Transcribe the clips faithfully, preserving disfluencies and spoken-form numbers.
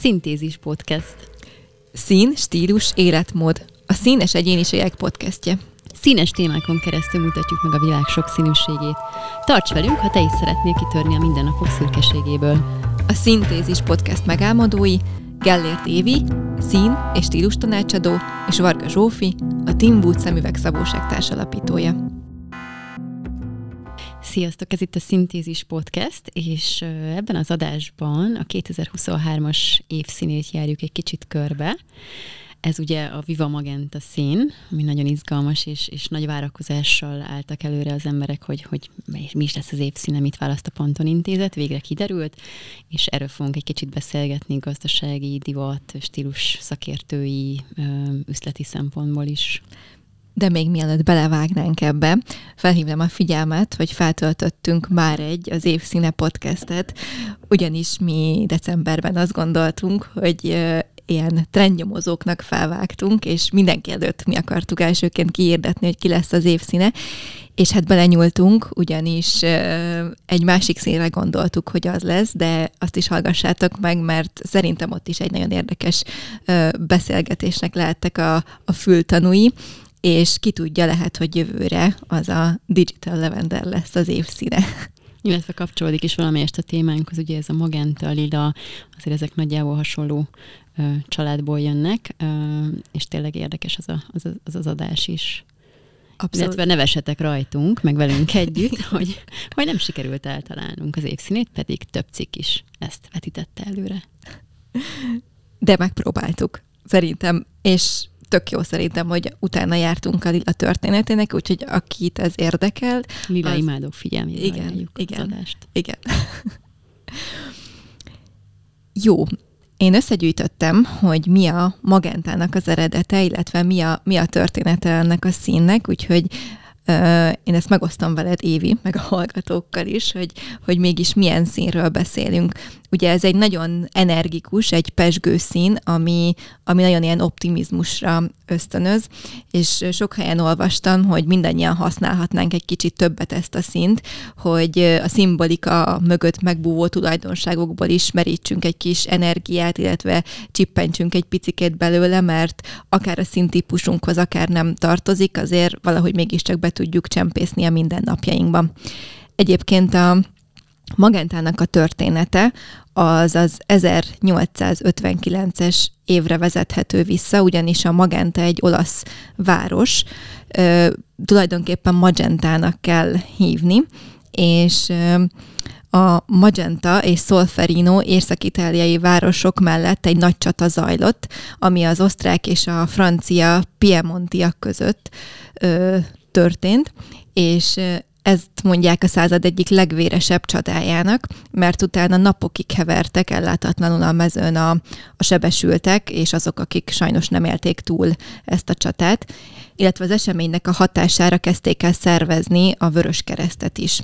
Szintézis Podcast. Szín, stílus, életmód. A Színes Egyéniségek podcastje. Színes témákon keresztül mutatjuk meg a világ sokszínűségét. Tarts velünk, ha te is szeretnél kitörni a mindennapok szürkeségéből. A Szintézis Podcast megálmodói Gellért Évi, szín- és stílus tanácsadó, és Varga Zsófi, a Tim Wood szemüveg Szabóság társalapítója. Sziasztok, ez itt a Szintézis Podcast, és ebben az adásban a kétezer-huszonhármas évszínét járjuk egy kicsit körbe. Ez ugye a Viva Magenta szín, ami nagyon izgalmas, és, és nagy várakozással álltak előre az emberek, hogy, hogy mi is lesz az évszíne, mit választ a Panton Intézet. Végre kiderült, és erről fogunk egy kicsit beszélgetni gazdasági, divat, stílus szakértői, üzleti szempontból is. De még mielőtt belevágnánk ebbe, felhívnám a figyelmet, hogy feltöltöttünk már egy az évszíne podcastet, ugyanis mi decemberben azt gondoltunk, hogy ilyen trendnyomozóknak felvágtunk, és mindenki előtt mi akartuk elsőként kihirdetni, hogy ki lesz az évszíne, és hát belenyúltunk, ugyanis egy másik színre gondoltuk, hogy az lesz, de azt is hallgassátok meg, mert szerintem ott is egy nagyon érdekes beszélgetésnek lehettek a, a fültanúi, és ki tudja, lehet, hogy jövőre az a Digital Lavender lesz az évszíne. Illetve kapcsolódik is valamelyest a témánkhoz, ugye ez a magenta, a lila, azért ezek nagyjából hasonló ö, családból jönnek, ö, és tényleg érdekes az, a, az, az az adás is. Abszolút. Illetve nevessetek rajtunk, meg velünk együtt, hogy, hogy nem sikerült eltalálnunk az évszínét, pedig több cikk is ezt vetítette előre. De megpróbáltuk, szerintem, és tök jó szerintem, hogy utána jártunk a lila történetének, úgyhogy akit ez érdekel... Lila az... imádók figyelmére igen, ajánljuk igen, az adást. Igen. Jó. Én összegyűjtöttem, hogy mi a magentának az eredete, illetve mi a, mi a története ennek a színnek, úgyhogy Uh, én ezt megosztom veled, Évi, meg a hallgatókkal is, hogy, hogy mégis milyen színről beszélünk. Ugye ez egy nagyon energikus, egy pezsgő szín, ami, ami nagyon ilyen optimizmusra ösztönöz, és sok helyen olvastam, hogy mindannyian használhatnánk egy kicsit többet ezt a színt, hogy a szimbolika mögött megbúvó tulajdonságokból is merítsünk egy kis energiát, illetve csippentsünk egy picikét belőle, mert akár a színtípusunkhoz, akár nem tartozik, azért valahogy mégiscsak be tudjuk csempészni a mindennapjainkban. Egyébként a magentának a története az az ezernyolcszázötvenkilences évre vezethető vissza, ugyanis a Magenta egy olasz város, ö, tulajdonképpen Magentának kell hívni, és ö, a Magenta és Solferino észak-itáliai városok mellett egy nagy csata zajlott, ami az osztrák és a francia piemontiak között ö, történt, és ezt mondják a század egyik legvéresebb csatájának, mert utána napokig hevertek ellátatlanul a mezőn a, a sebesültek, és azok, akik sajnos nem élték túl ezt a csatát, illetve az eseménynek a hatására kezdték el szervezni a Vöröskeresztet is.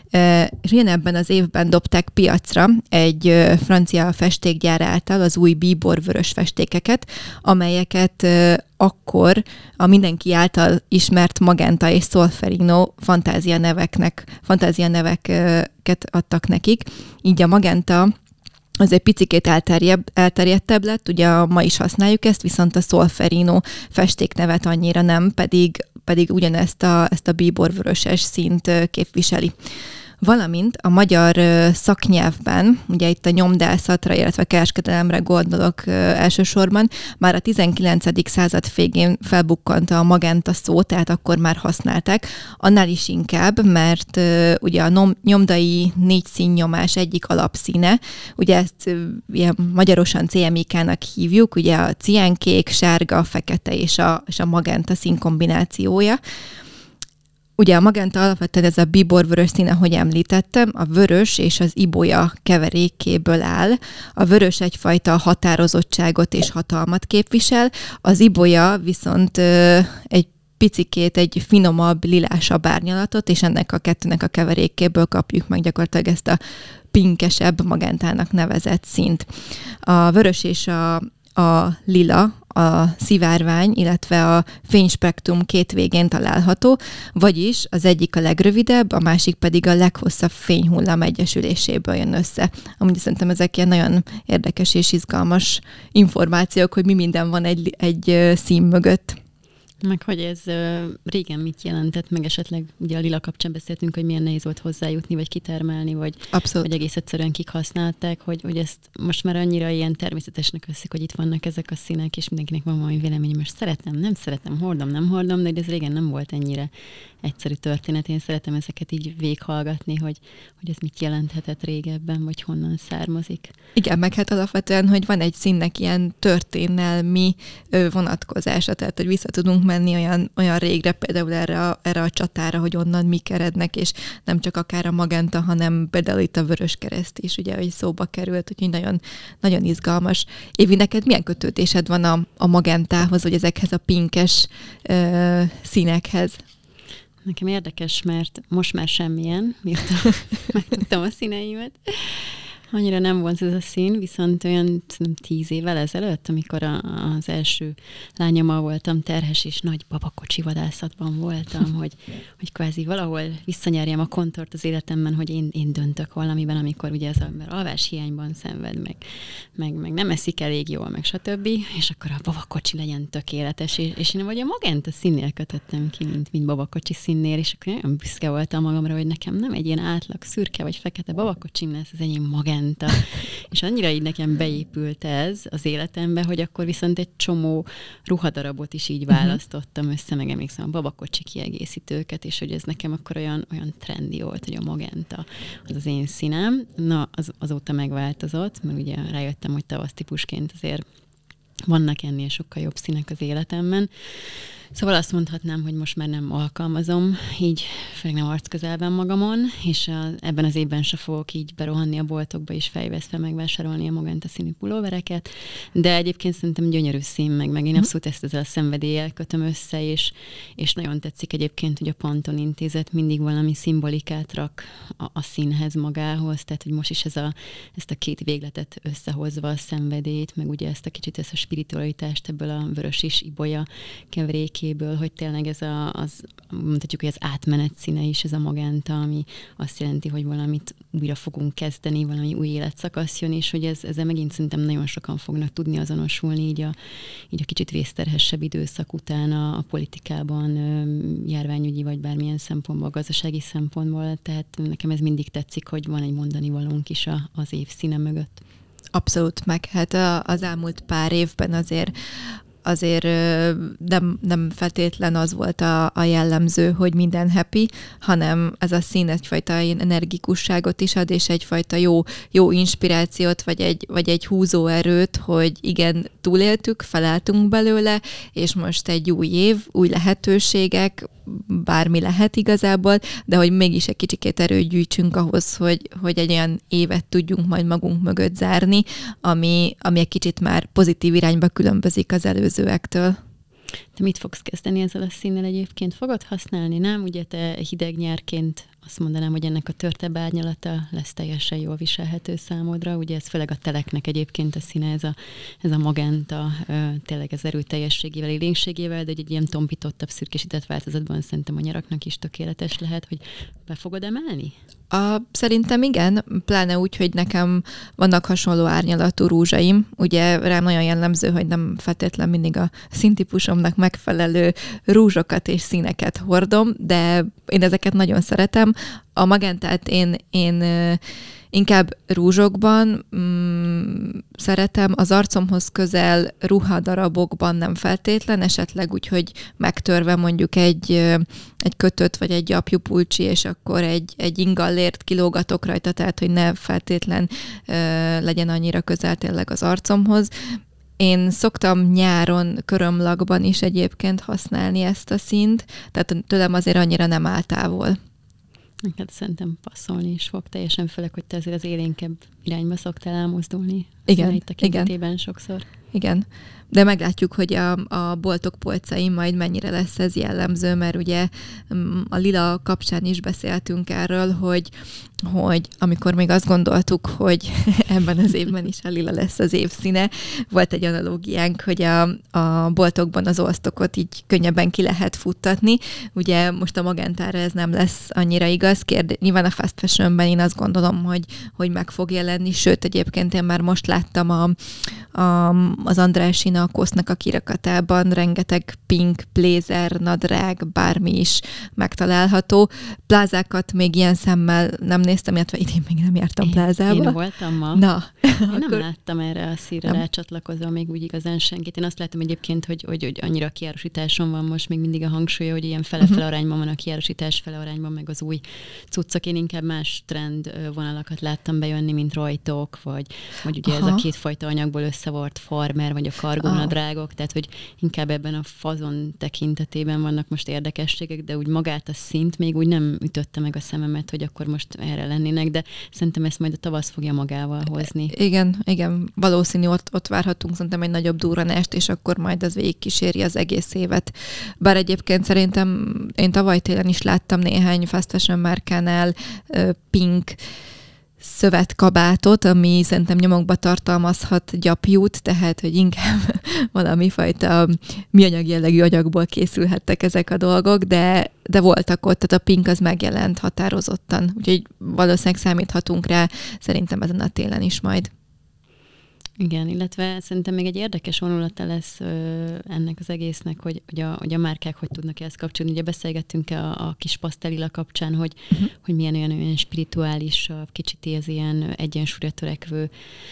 És ugyanebben az évben dobták piacra egy francia festékgyár által az új bíbor vörös festékeket, amelyeket akkor a mindenki által ismert Magenta és Solferino fantázia neveknek, fantázia neveket adtak nekik. Így a Magenta az egy picikét elterjedtebb lett, ugye ma is használjuk ezt, viszont a Solferino festéknevet annyira nem, pedig, pedig ugyanezt a, ezt a bíborvöröses színt képviseli. Valamint a magyar szaknyelvben, ugye itt a nyomdászatra, illetve kereskedelemre gondolok elsősorban, már a tizenkilencedik század végén felbukkant a magenta szó, tehát akkor már használták, annál is inkább, mert ugye a nyomdai négy színnyomás egyik alapszíne, ugye ezt ilyen magyarosan cé em i ká-nak hívjuk, ugye a ciánkék, sárga, fekete és a, és a magenta szín kombinációja. Ugye a magenta alapvetően ez a bíborvörös szín, ahogy említettem, a vörös és az ibolya keverékéből áll. A vörös egyfajta határozottságot és hatalmat képvisel, az ibolya viszont ö, egy picikét egy finomabb, lilásabb árnyalatot, és ennek a kettőnek a keverékéből kapjuk meg gyakorlatilag ezt a pinkesebb magentának nevezett színt. A vörös és a A lila a szivárvány, illetve a fényspektrum két végén található, vagyis az egyik a legrövidebb, a másik pedig a leghosszabb fényhullám egyesüléséből jön össze. Amúgy szerintem ezek ilyen nagyon érdekes és izgalmas információk, hogy mi minden van egy, egy szín mögött. Meg hogy ez uh, régen mit jelentett, meg esetleg ugye a lila kapcsán beszéltünk, hogy milyen nehéz volt hozzájutni, vagy kitermelni, vagy, vagy egész egyszerűen kik használták, hogy, hogy ezt most már annyira ilyen természetesnek veszik, hogy itt vannak ezek a színek, és mindenkinek van valami vélemény, most szeretem, nem szeretem, hordom, nem hordom, de ez régen nem volt ennyire egyszerű történet. Én szeretem ezeket így véghallgatni, hogy, hogy ez mit jelenthetett régebben, vagy honnan származik. Igen, meg hát alapvetően, hogy van egy színnek ilyen történelmi vonatkozása, tehát hogy vissza tudunk menni olyan, olyan régre, például erre a, erre a csatára, hogy onnan mik erednek, és nem csak akár a magenta, hanem például itt a Vöröskereszt is, ugye, hogy szóba került, úgyhogy nagyon, nagyon izgalmas. Évi, neked milyen kötődésed van a, a magentához, vagy ezekhez a pinkes ö, színekhez? Nekem érdekes, mert most már semmilyen, mióta megtudtam a színeimet. Annyira nem vonz ez a szín, viszont olyan tíz évvel ezelőtt, amikor a, az első lányommal voltam terhes, és nagy babakocsi vadászatban voltam, hogy, hogy kvázi valahol visszanyerjem a kontort az életemben, hogy én, én döntök valamiben, amikor ugye az ember alvás hiányban szenved, meg, meg, meg nem eszik elég jól, meg stb. És akkor a babakocsi legyen tökéletes, és, és én vagy a magenta színnél kötöttem ki, mint, mint babakocsi színnél, és akkor nagyon büszke voltam magamra, hogy nekem nem egy ilyen átlag szürke vagy fekete babakocsim lesz, az enyém magenta. És annyira így nekem beépült ez az életembe, hogy akkor viszont egy csomó ruhadarabot is így választottam össze, meg emlékszem a babakocsi kiegészítőket, és hogy ez nekem akkor olyan, olyan trendi volt, hogy a magenta az az én színem. Na, az, azóta megváltozott, mert ugye rájöttem, hogy tavasztípusként azért vannak ennél sokkal jobb színek az életemben. Szóval azt mondhatnám, hogy most már nem alkalmazom, így főleg nem arcközelben magamon, és a, ebben az évben se fogok így berohanni a boltokba és fejvesztve megvásárolni a magenta színű pulóvereket, de egyébként szerintem gyönyörű szín, meg, meg én abszolút ezt ezzel a szenvedéllyel kötöm össze, és, és nagyon tetszik egyébként, hogy a Pantone Intézet mindig valami szimbolikát rak a, a színhez magához, tehát hogy most is ez a, ezt a két végletet összehozva a szenvedélyt, meg ugye ezt a kicsit ezt a spiritualitást ebből a vörös és ibolya keverék, hogy tényleg ez a, az, mondhatjuk, hogy az átmenet színe is, ez a magenta, ami azt jelenti, hogy valamit újra fogunk kezdeni, valami új életszakasz jön, és hogy ez, ezzel megint szerintem nagyon sokan fognak tudni azonosulni, így a, így a kicsit vészterhessebb időszak után a, a politikában, járványügyi vagy bármilyen szempontból, gazdasági szempontból, tehát nekem ez mindig tetszik, hogy van egy mondani valónk is a, az év színe mögött. Abszolút, meg hát az elmúlt pár évben azért azért nem, nem feltétlen az volt a, a jellemző, hogy minden happy, hanem ez a szín egyfajta energikusságot is ad, és egyfajta jó, jó inspirációt, vagy egy, vagy egy húzóerőt, hogy igen, túléltük, felálltunk belőle, és most egy új év, új lehetőségek, bármi lehet igazából, de hogy mégis egy kicsikét erőt gyűjtsünk ahhoz, hogy, hogy egy olyan évet tudjunk majd magunk mögött zárni, ami, ami egy kicsit már pozitív irányba különbözik az előzőektől. Te mit fogsz kezdeni ezzel a színnel egyébként? Fogod használni, nem? Ugye te hideg nyárként azt mondanám, hogy ennek a törtebb árnyalata lesz teljesen jól viselhető számodra. Ugye ez főleg a teleknek egyébként a színe, ez a, ez a magenta, tényleg az erőteljességével, élénkségével, de egy ilyen tompítottabb, szürkésített változatban szerintem a nyaraknak is tökéletes lehet, hogy be fogod emelni? A, szerintem igen, pláne úgy, hogy nekem vannak hasonló árnyalatú rúzsaim. Ugye rám nagyon jellemző, hogy nem feltétlen mindig a színtípusomnak megfelelő rúzsokat és színeket hordom, de én ezeket nagyon szeretem. A magentát én, én inkább rúzsokban mm, szeretem, az arcomhoz közel ruhadarabokban nem feltétlen, esetleg úgy, hogy megtörve mondjuk egy, egy kötött vagy egy gyapjúpulcsi, és akkor egy, egy ingallért kilógatok rajta, tehát hogy ne feltétlen ö, legyen annyira közel tényleg az arcomhoz. Én szoktam nyáron körömlakban is egyébként használni ezt a színt, tehát tőlem azért annyira nem áll távol. Neked szerintem passzolni is fog, teljesen főleg, hogy te azért az élénkebb irányba szoktál elmozdulni. Igen, igen. sokszor. Igen, de meglátjuk, hogy a, a boltok polcain majd mennyire lesz ez jellemző, mert ugye a lila kapcsán is beszéltünk erről, hogy hogy amikor még azt gondoltuk, hogy ebben az évben is a lila lesz az évszíne, volt egy analógiánk, hogy a, a boltokban az osztokot így könnyebben ki lehet futtatni. Ugye most a Magentára ez nem lesz annyira igaz. Kérd, nyilván a fast fashionben én azt gondolom, hogy, hogy meg fog jelenni, sőt egyébként én már most láttam a, a, az Andrásina a Kosznak a kirakatában rengeteg pink, blazer, nadrág, bármi is megtalálható. Plázákat még ilyen szemmel nem néztem, illetve idén még nem jártam én, plázába. Én voltam ma. Na. Én akkor... nem láttam erre a szírre rácsatlakozva még úgy igazán senkit. Én azt látom egyébként, hogy, hogy, hogy annyira a kiárusításon van most még mindig a hangsúlya, hogy ilyen fele-fele uh-huh. arányban van a kiárusítás, fele arányban meg az új cuccok. Én inkább más trend vonalakat láttam bejönni, mint rajtok, vagy, vagy ugye Aha. ez a kétfajta anyagból összevart farmer, vagy a kargónadrágok, tehát hogy inkább ebben a fazon tekintetében vannak most érdekességek, de úgy magát a szint még úgy nem ütötte meg a szememet, hogy akkor most erre lennének, de szerintem ezt majd a tavasz fogja magával hozni. Igen, igen, valószínű ott, ott várhatunk szerintem egy nagyobb durranást, és akkor majd az végigkíséri az egész évet. Bár egyébként szerintem én tavaly télen is láttam néhány fast fashion márkánál pink szövetkabátot, ami szerintem nyomokba tartalmazhat gyapjút, tehát, hogy inkább valami fajta műanyag jellegű anyagból készülhettek ezek a dolgok, de, de voltak ott, tehát a pink az megjelent határozottan, úgyhogy valószínűleg számíthatunk rá szerintem ezen a télen is majd. Igen, illetve szerintem még egy érdekes vonulata lesz ö, ennek az egésznek, hogy, hogy, a, hogy a márkák hogy tudnak ezt kapcsolni. Ugye beszélgettünk a, a kis pasztelila kapcsán, hogy, uh-huh. hogy milyen olyan, olyan spirituálisabb, kicsit az ilyen egyensúlyra törekvő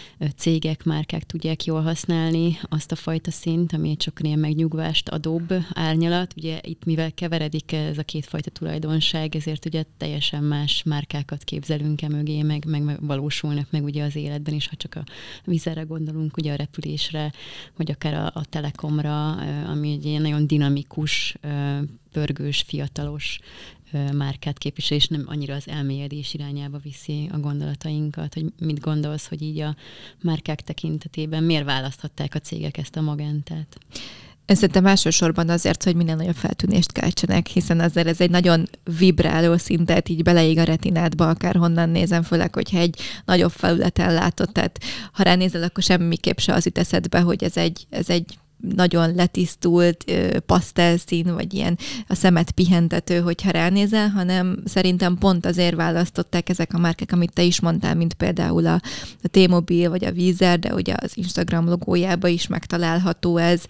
cégek, márkák tudják jól használni azt a fajta szint, ami csak ilyen megnyugvást adóbb árnyalat. Ugye itt mivel keveredik ez a kétfajta tulajdonság, ezért ugye teljesen más márkákat képzelünk e mögé, meg, meg valósulnak meg ugye az életben is, ha csak a vízerre gondolunk, ugye a repülésre, vagy akár a, a Telekomra, ami egy ilyen nagyon dinamikus, pörgős, fiatalos márkát képvisel, és nem annyira az elmélyedés irányába viszi a gondolatainkat, hogy mit gondolsz, hogy így a márkák tekintetében miért választhatták a cégek ezt a Magentát? Én szerintem elsősorban azért, hogy minél nagyobb feltűnést keltsenek, hiszen azért ez egy nagyon vibráló szintet így beleég a retinádba, akárhonnan nézem, főleg, hogyha egy nagyobb felületen látod. Tehát ha ránézel, akkor semmiképp se az jut eszedbe, hogy ez egy, ez egy nagyon letisztult pasztelszín, vagy ilyen a szemet pihentető, hogyha ránézel, hanem szerintem pont azért választották ezek a márkák, amit te is mondtál, mint például a, a T-Mobil, vagy a Vízer, de ugye az Instagram logójába is megtalálható ez,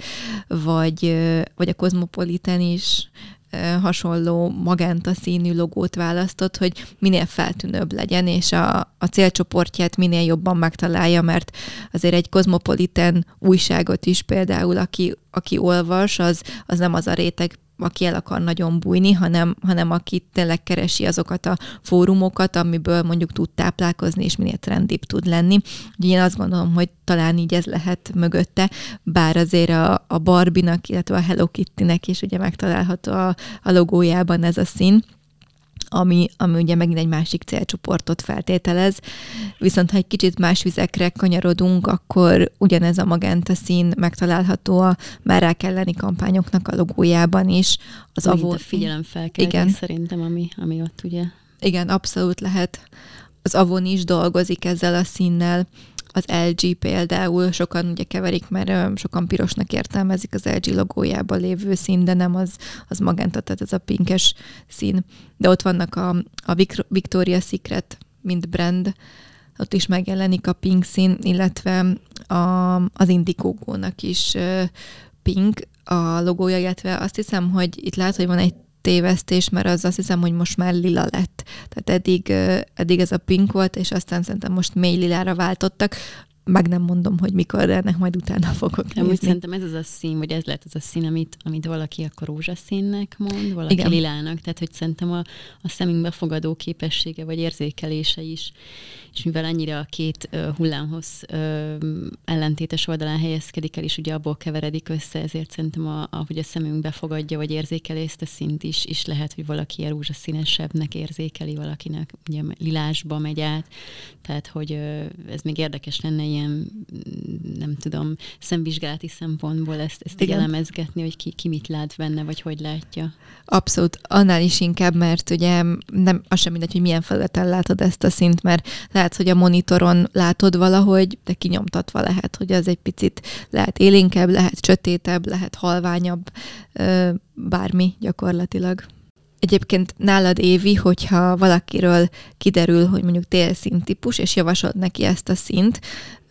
vagy, vagy a Cosmopolitan is hasonló magenta színű logót választott, hogy minél feltűnőbb legyen, és a, a célcsoportját minél jobban megtalálja, mert azért egy Cosmopolitan újságot is például, aki, aki olvas, az, az nem az a réteg, aki el akar nagyon bújni, hanem, hanem aki tényleg keresi azokat a fórumokat, amiből mondjuk tud táplálkozni, és minél trendibb tud lenni. Úgyhogy én azt gondolom, hogy talán így ez lehet mögötte, bár azért a, a Barbie-nak, illetve a Hello Kitty-nek is ugye megtalálható a, a logójában ez a szín, ami, ami ugye megint egy másik célcsoportot feltételez. Viszont ha egy kicsit más vizekre kanyarodunk, akkor ugyanez a magenta szín megtalálható a márák elleni kampányoknak a logójában is. Az avó figyelemfelkeltés szerintem, ami, ami ott ugye. Igen, abszolút lehet. Az Avon is dolgozik ezzel a színnel. Az el gé például, sokan ugye keverik, mert sokan pirosnak értelmezik az el gé logójában lévő szín, de nem az, az magenta, tehát ez a pinkes szín. De ott vannak a, a Victoria's Secret, mint brand, ott is megjelenik a pink szín, illetve a, az Indiegogo-nak is pink a logója, illetve azt hiszem, hogy itt lehet, hogy van egy tévesztés, mert az azt hiszem, hogy most már lila lett. Tehát eddig, eddig ez a pink volt, és aztán szerintem most mély lilára váltottak. Meg nem mondom, hogy mikor, de ennek majd utána fogok nézni. Amúgy szerintem ez az a szín, vagy ez lehet az a szín, amit, amit valaki akkor rózsaszínnek mond, valaki Igen. lilának, tehát hogy szerintem a, a szemünk befogadó képessége, vagy érzékelése is, és mivel annyira a két uh, hullámhoz uh, ellentétes oldalán helyezkedik el, és ugye abból keveredik össze, ezért szerintem, a, ahogy a szemünk befogadja, vagy érzékeli ezt a színt is, is lehet, hogy valaki a rózsaszínesebbnek érzékeli, valakinek ugye lilásba megy át, tehát hogy uh, ez még érdekes lenne ilyen ilyen, nem tudom, szemvizsgálati szempontból ezt, ezt így elemezgetni, hogy ki, ki mit lát benne, vagy hogy látja? Abszolút, annál is inkább, mert ugye nem, az sem mindegy, hogy milyen felületen látod ezt a szint, mert lehet, hogy a monitoron látod valahogy, de kinyomtatva lehet, hogy az egy picit lehet élénkebb, lehet sötétebb, lehet halványabb, bármi gyakorlatilag. Egyébként nálad, Évi, hogyha valakiről kiderül, hogy mondjuk télszín típus, és javaslod neki ezt a színt,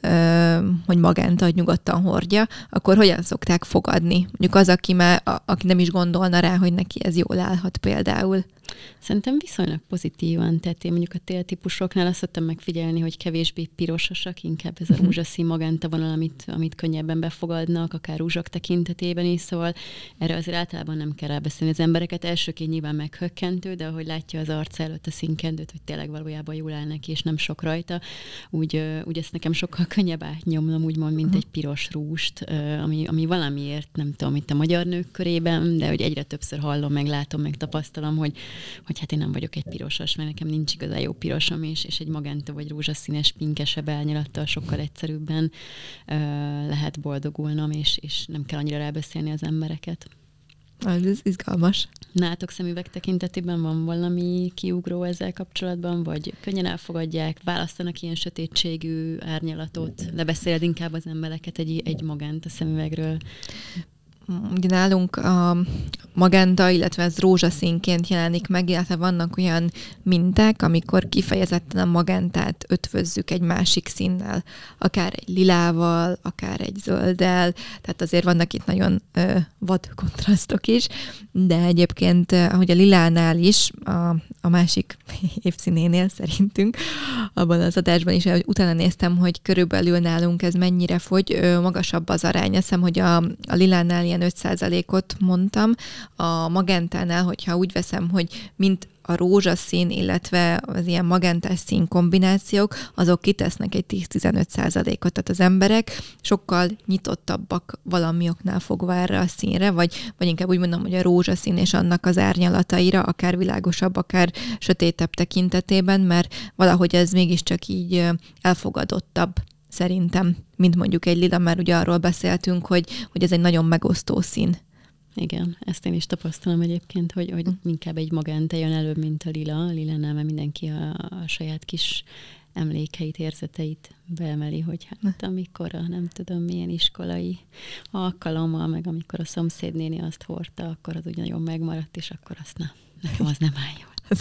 hogy magenta, hogy nyugodtan hordja, akkor hogyan szokták fogadni? Mondjuk az, aki, már, aki nem is gondolna rá, hogy neki ez jól állhat például. Szerintem viszonylag pozitívan, tehát én mondjuk a téltípusoknál azt szoktam megfigyelni, hogy kevésbé pirososak, inkább ez a rózsaszín magenta vonal, amit, amit könnyebben befogadnak, akár rúzsok tekintetében is, szóval erre azért általában nem kell rábeszélni az embereket. Elsőként nyilván meghökkentő, de ahogy látja az arca előtt a színkendőt, hogy tényleg valójában jól áll neki, és nem sok rajta, úgy, úgy ezt nekem sokkal könnyebb átnyomnom, úgymond, mint egy piros rúst, ami, ami valamiért, nem tudom, itt a magyar nők körében, de hogy egyre többször hallom, meg látom, meg tapasztalom, hogy hogy hát én nem vagyok egy pirosas, mert nekem nincs igazán jó pirosom is, és egy magenta vagy rózsaszínes, pinkesebb elnyilattal sokkal egyszerűbben ö, lehet boldogulnom, és, és nem kell annyira rábeszélni az embereket. Ez izgalmas. Nálatok szemüveg tekintetében van valami kiugró ezzel kapcsolatban, vagy könnyen elfogadják, választanak ilyen sötétségű árnyalatot, lebeszéled inkább az embereket egy, egy magenta szemüvegről? Ugye nálunk a magenta, illetve ez rózsaszínként jelenik meg, illetve vannak olyan minták, amikor kifejezetten a magentát ötvözzük egy másik színnel, akár egy lilával, akár egy zölddel, tehát azért vannak itt nagyon ö, vad kontrasztok is, de egyébként, ahogy a lilánál is, a, a másik évszínénél szerintünk, abban az adásban is, hogy utána néztem, hogy körülbelül nálunk ez mennyire fogy, ö, magasabb az arány. Azt hiszem, hogy a, a lilánál ilyen öt százalékot mondtam, a magentánál, hogyha úgy veszem, hogy mint a rózsaszín, illetve az ilyen magentás szín kombinációk, azok kitesznek egy tíz-tizenöt százalékot. Tehát az emberek sokkal nyitottabbak valami oknál fogva erre a színre, vagy, vagy inkább úgy mondom, hogy a rózsaszín és annak az árnyalataira, akár világosabb, akár sötétebb tekintetében, mert valahogy ez mégiscsak így elfogadottabb szerintem, mint mondjuk egy lila, mert ugye arról beszéltünk, hogy, hogy ez egy nagyon megosztó szín. Igen, ezt én is tapasztalom egyébként, hogy, hogy inkább egy magenta jön előbb, mint a lila. A lilánál már mindenki a, a saját kis emlékeit, érzeteit beemeli, hogy hát amikor a nem tudom milyen iskolai alkalommal, meg amikor a szomszédnéni azt hordta, akkor az úgy nagyon megmaradt, és akkor azt na, nekem az nem áll jól.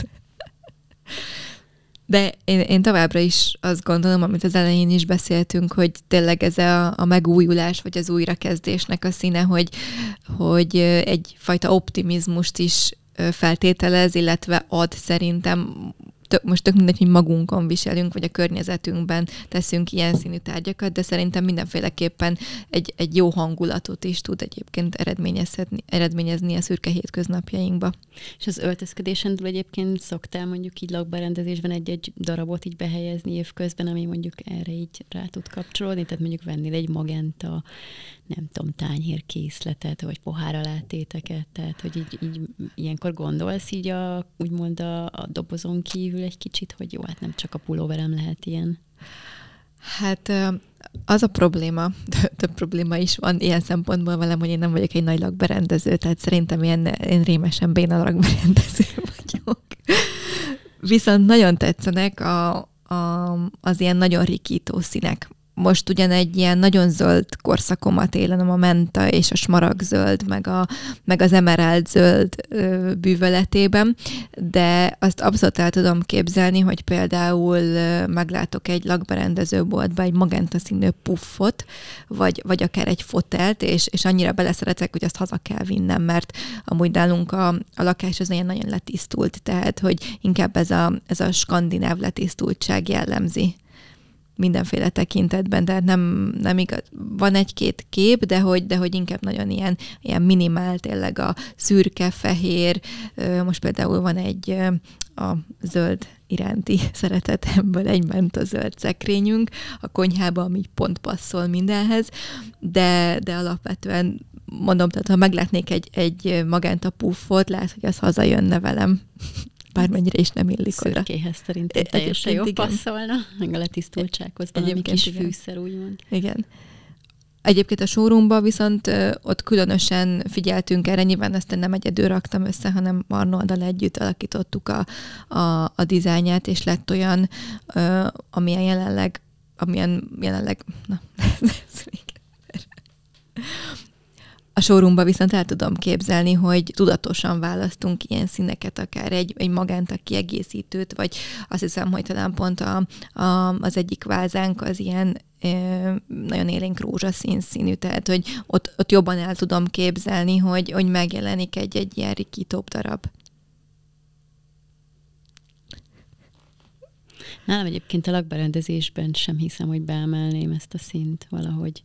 De én, én továbbra is azt gondolom, amit az elején is beszéltünk, hogy tényleg ez a, a megújulás, vagy az újrakezdésnek a színe, hogy, hogy egyfajta optimizmust is feltételez, illetve ad szerintem. Tök, most tök mindegy, hogy magunkon viselünk, vagy a környezetünkben teszünk ilyen színű tárgyakat, de szerintem mindenféleképpen egy, egy jó hangulatot is tud egyébként eredményezni a szürke hétköznapjainkba. És az öltözködésen túl egyébként szoktál mondjuk így lakberendezésben egy-egy darabot így behelyezni évközben, ami mondjuk erre így rá tud kapcsolódni? Tehát mondjuk vennél egy magenta, nem tudom, tányérkészletet, vagy pohár alátéteket, tehát hogy így, így ilyenkor gondolsz így a, úgymond a, a dobozon kívül egy kicsit, hogy jó, hát nem csak a pulóverem lehet ilyen. Hát az a probléma, több probléma is van ilyen szempontból velem, hogy én nem vagyok egy nagy lakberendező, tehát szerintem ilyen, én rémesen béna lakberendező vagyok. Viszont nagyon tetszenek a, a, az ilyen nagyon rikító színek. Most ugyan egy ilyen nagyon zöld korszakomat élem, a menta és a smaragdzöld, meg, a, meg az emerald zöld ö, bűvöletében, de azt abszolút el tudom képzelni, hogy például ö, meglátok egy lakberendezőboltban egy magenta színű puffot, vagy, vagy akár egy fotelt, és, és annyira beleszeretek, hogy azt haza kell vinnem, mert amúgy nálunk a, a lakás az ilyen nagyon letisztult, tehát hogy inkább ez a, ez a skandináv letisztultság jellemzi mindenféle tekintetben, tehát nem, nem igaz. Van egy-két kép, de hogy, de hogy inkább nagyon ilyen, ilyen minimál, tényleg a szürke, fehér, most például van egy a zöld iránti szeretetemből egy menta zöld szekrényünk a konyhában, ami pont passzol mindenhez, de, de alapvetően mondom, tehát ha meglátnék egy, egy magenta puffot, lehet, hogy az hazajönne velem. bármennyire is nem illik oda. Szürkéhez szerintem teljesen jól passzolna, meg a letisztultsághoz valami kis igen. fűszer, úgymond. Igen. Egyébként a showroomban viszont ö, ott különösen figyeltünk erre, nyilván ezt nem egyedül raktam össze, hanem Arnoldal együtt alakítottuk a, a, a dizájnját, és lett olyan, ö, amilyen jelenleg, amilyen jelenleg, na, a showroomban viszont el tudom képzelni, hogy tudatosan választunk ilyen színeket, akár egy, egy magánta kiegészítőt, vagy azt hiszem, hogy talán pont a, a, az egyik vázánk az ilyen e, nagyon élénk rózsaszín színű, tehát hogy ott, ott jobban el tudom képzelni, hogy, hogy megjelenik egy-egy ilyen rikítóbb darab. Nálam egyébként a lakberendezésben sem hiszem, hogy beemelném ezt a színt valahogy.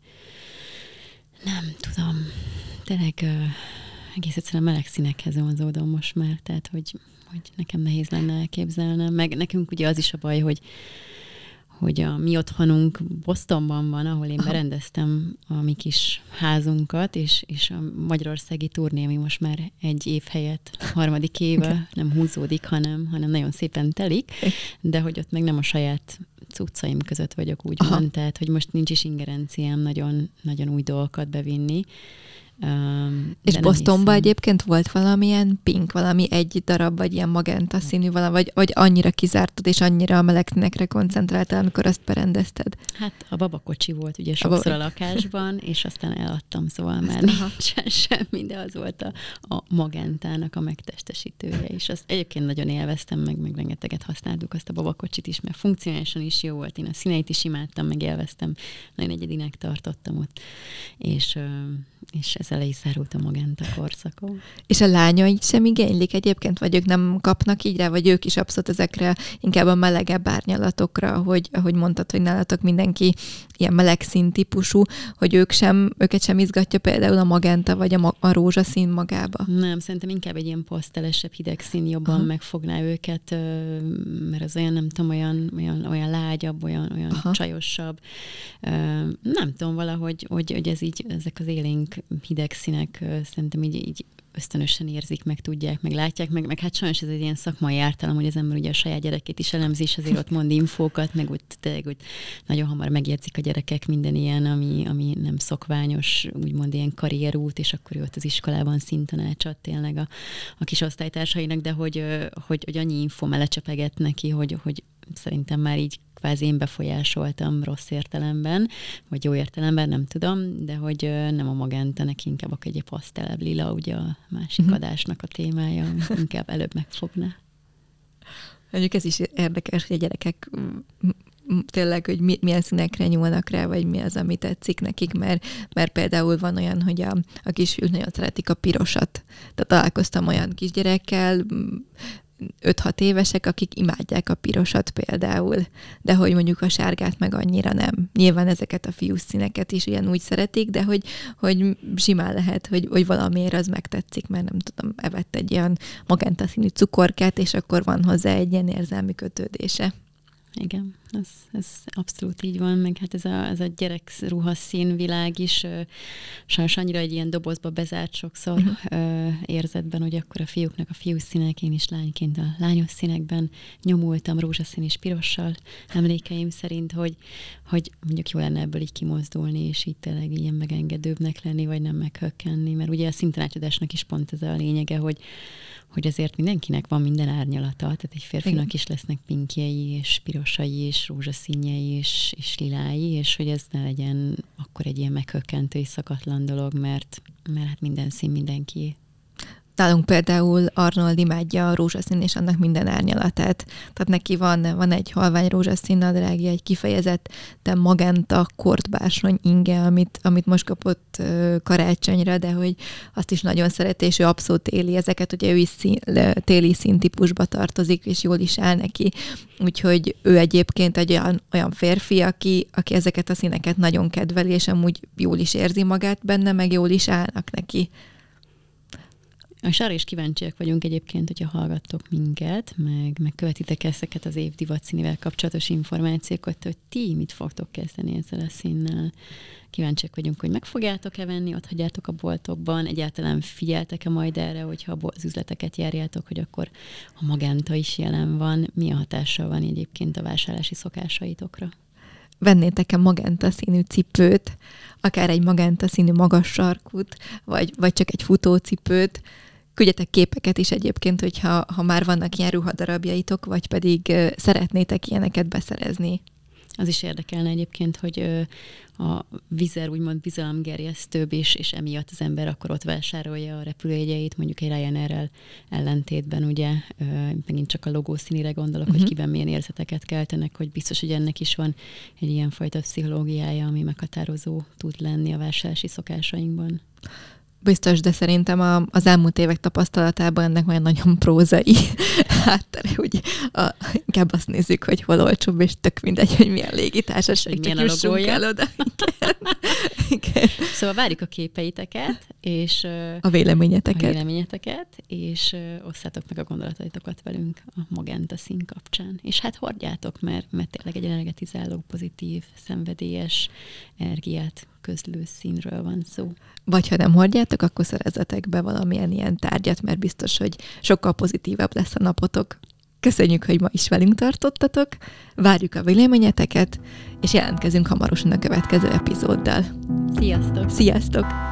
Nem tudom. Tényleg uh, egész egyszerűen meleg színekhez vonzódom most már, tehát hogy, hogy nekem nehéz lenne elképzelnem. Meg nekünk ugye az is a baj, hogy, hogy a mi otthonunk Bostonban van, ahol én berendeztem a mi kis házunkat, és, és a magyarországi turné, ami most már egy év helyett harmadik éve nem húzódik, hanem, hanem nagyon szépen telik, de hogy ott meg nem a saját cuccaim között vagyok, úgymond, tehát hogy most nincs is ingerenciám nagyon, nagyon új dolgokat bevinni. Um, és Bostonban egyébként volt valamilyen pink, valami egy darab, vagy ilyen magenta színű, valami, vagy, vagy annyira kizártad, és annyira a meleg színekre koncentráltál, amikor azt berendezted? Hát a babakocsi volt ugye sokszor a, a lakásban, és aztán eladtam, szóval már nincsen semmi, de az volt a, a magentának a megtestesítője, és azt egyébként nagyon élveztem, meg, meg rengeteget használtuk azt a babakocsit is, mert funkcionálisan is jó volt, én a színeit is imádtam, meg élveztem, nagyon egyedinek tartottam ott, és és ezzel le is zárult a magenta korszakom. És a lányaid sem igénylik egyébként, vagy ők nem kapnak így rá, vagy ők is abszolút ezekre inkább a melegebb árnyalatokra, ahogy, ahogy mondtad, hogy nálatok mindenki ilyen meleg színtípusú, hogy ők sem, őket sem izgatja például a magenta, vagy a, ma- a rózsaszín magába? Nem, szerintem inkább egy ilyen pasztelesebb hideg szín jobban Aha. megfogná őket, mert az olyan, nem tudom, olyan, olyan, olyan lágyabb, olyan, olyan Aha. csajosabb. Nem tudom, valahogy, hogy, hogy ez így, ezek az élénk hideg színek szerintem így, így ösztönösen érzik, meg tudják, meg látják, meg, meg hát sajnos ez egy ilyen szakmai ártalom, hogy az ember ugye a saját gyerekét is elemzi, és azért ott mond infókat, meg úgy, tényleg, úgy nagyon hamar megjegyzik a gyerekek minden ilyen, ami, ami nem szokványos, úgymond ilyen karrierút, és akkor ő ott az iskolában színtanácsot tényleg a, a kis osztálytársainak, de hogy, hogy, hogy annyi info lecsepegett neki, hogy, hogy szerintem már így kvázi én befolyásoltam rossz értelemben, vagy jó értelemben, nem tudom, de hogy nem a magenta, neki inkább egy pasztelebb lila, ugye a másik mm-hmm. adásnak a témája, inkább előbb megfogná. Mondjuk ez is érdekes, hogy a gyerekek tényleg, hogy milyen színekre nyúlnak rá, vagy mi az, ami tetszik nekik, mert, mert például van olyan, hogy a, a kisfiúk nagyon szeretik a pirosat. Tehát találkoztam olyan kisgyerekkel, öt-hat évesek, akik imádják a pirosat például, de hogy mondjuk a sárgát meg annyira nem. Nyilván ezeket a fiús színeket is ilyen úgy szeretik, de hogy, hogy simán lehet, hogy, hogy valamiért az megtetszik, mert nem tudom, evett egy ilyen magenta színű cukorkát, és akkor van hozzá egy ilyen érzelmi kötődése. Igen, ez, ez abszolút így van, meg hát ez a, ez a gyerek ruhaszín világ is ö, sajnos annyira egy ilyen dobozba bezárt sokszor uh-huh. ö, érzetben, hogy akkor a fiúknak a fiús színek, én is lányként a lányos színekben nyomultam rózsaszín és pirossal emlékeim szerint, hogy, hogy mondjuk jó lenne ebből így kimozdulni, és így tényleg ilyen megengedőbbnek lenni, vagy nem meghökkenni, mert ugye a színtanácsadásnak is pont ez a lényege, hogy hogy azért mindenkinek van minden árnyalata, tehát egy férfinak Igen. is lesznek pinkjei, és pirosai, és rózsaszínjei, és, és lilái, és hogy ez ne legyen akkor egy ilyen meghökkentő és szakatlan dolog, mert, mert hát minden szín mindenki. Nálunk például Arnold imádja a rózsaszín és annak minden árnyalatát. Tehát neki van, van egy halvány rózsaszín nadrágja, egy kifejezetten magenta kortbársony inge, amit, amit most kapott uh, karácsonyra, de hogy azt is nagyon szereti, és ő abszolút éli ezeket, ugye ő is szín, téli színtípusba tartozik, és jól is áll neki. Úgyhogy ő egyébként egy olyan, olyan férfi, aki, aki ezeket a színeket nagyon kedveli, és amúgy jól is érzi magát benne, meg jól is állnak neki. És arra is kíváncsiak vagyunk egyébként, hogyha hallgattok minket, meg, meg követitek ezeket az év divatszínével kapcsolatos információkat, hogy ti mit fogtok kezdeni ezzel a színnel. Kíváncsiak vagyunk, hogy meg fogjátok-e venni, ott hagyjátok a boltokban, egyáltalán figyeltek-e majd erre, hogyha az üzleteket járjátok, hogy akkor a magenta is jelen van, mi a hatással van egyébként a vásárlási szokásaitokra? Vennétek-e magenta színű cipőt, akár egy magenta színű magas sarkút, vagy, vagy csak egy futócipőt. Küldjetek képeket is egyébként, hogyha ha már vannak ilyen ruhadarabjaitok, vagy pedig szeretnétek ilyeneket beszerezni. Az is érdekelne egyébként, hogy a vizer úgymond bizalomgerjesztőbb, és, és emiatt az ember akkor ott vásárolja a repülőjegyeit, mondjuk egy Ryanair-rel ellentétben, ugye, megint csak a logószínire gondolok, uh-huh. hogy kiben milyen érzeteket keltenek, hogy biztos, hogy ennek is van egy ilyenfajta pszichológiája, ami meghatározó tud lenni a vásárlási szokásainkban. Biztos, de szerintem a, az elmúlt évek tapasztalatában ennek olyan nagyon prózai háttere, hogy a, inkább azt nézzük, hogy hol olcsóbb, és tök mindegy, hogy milyen légitársaság, csak jussunk el oda. Igen. Igen. Szóval várjuk a képeiteket, és a véleményeteket. A véleményeteket, és osszátok meg a gondolataitokat velünk a magenta szín kapcsán. És hát hordjátok, mert, mert tényleg egy energetizáló, pozitív, szenvedélyes, energiát közlő színről van szó. Vagy ha nem hordjátok, akkor szerezzetek be valamilyen ilyen tárgyat, mert biztos, hogy sokkal pozitívabb lesz a napotok. Köszönjük, hogy ma is velünk tartottatok, várjuk a véleményeteket, és jelentkezünk hamarosan a következő epizóddal. Sziasztok! Sziasztok!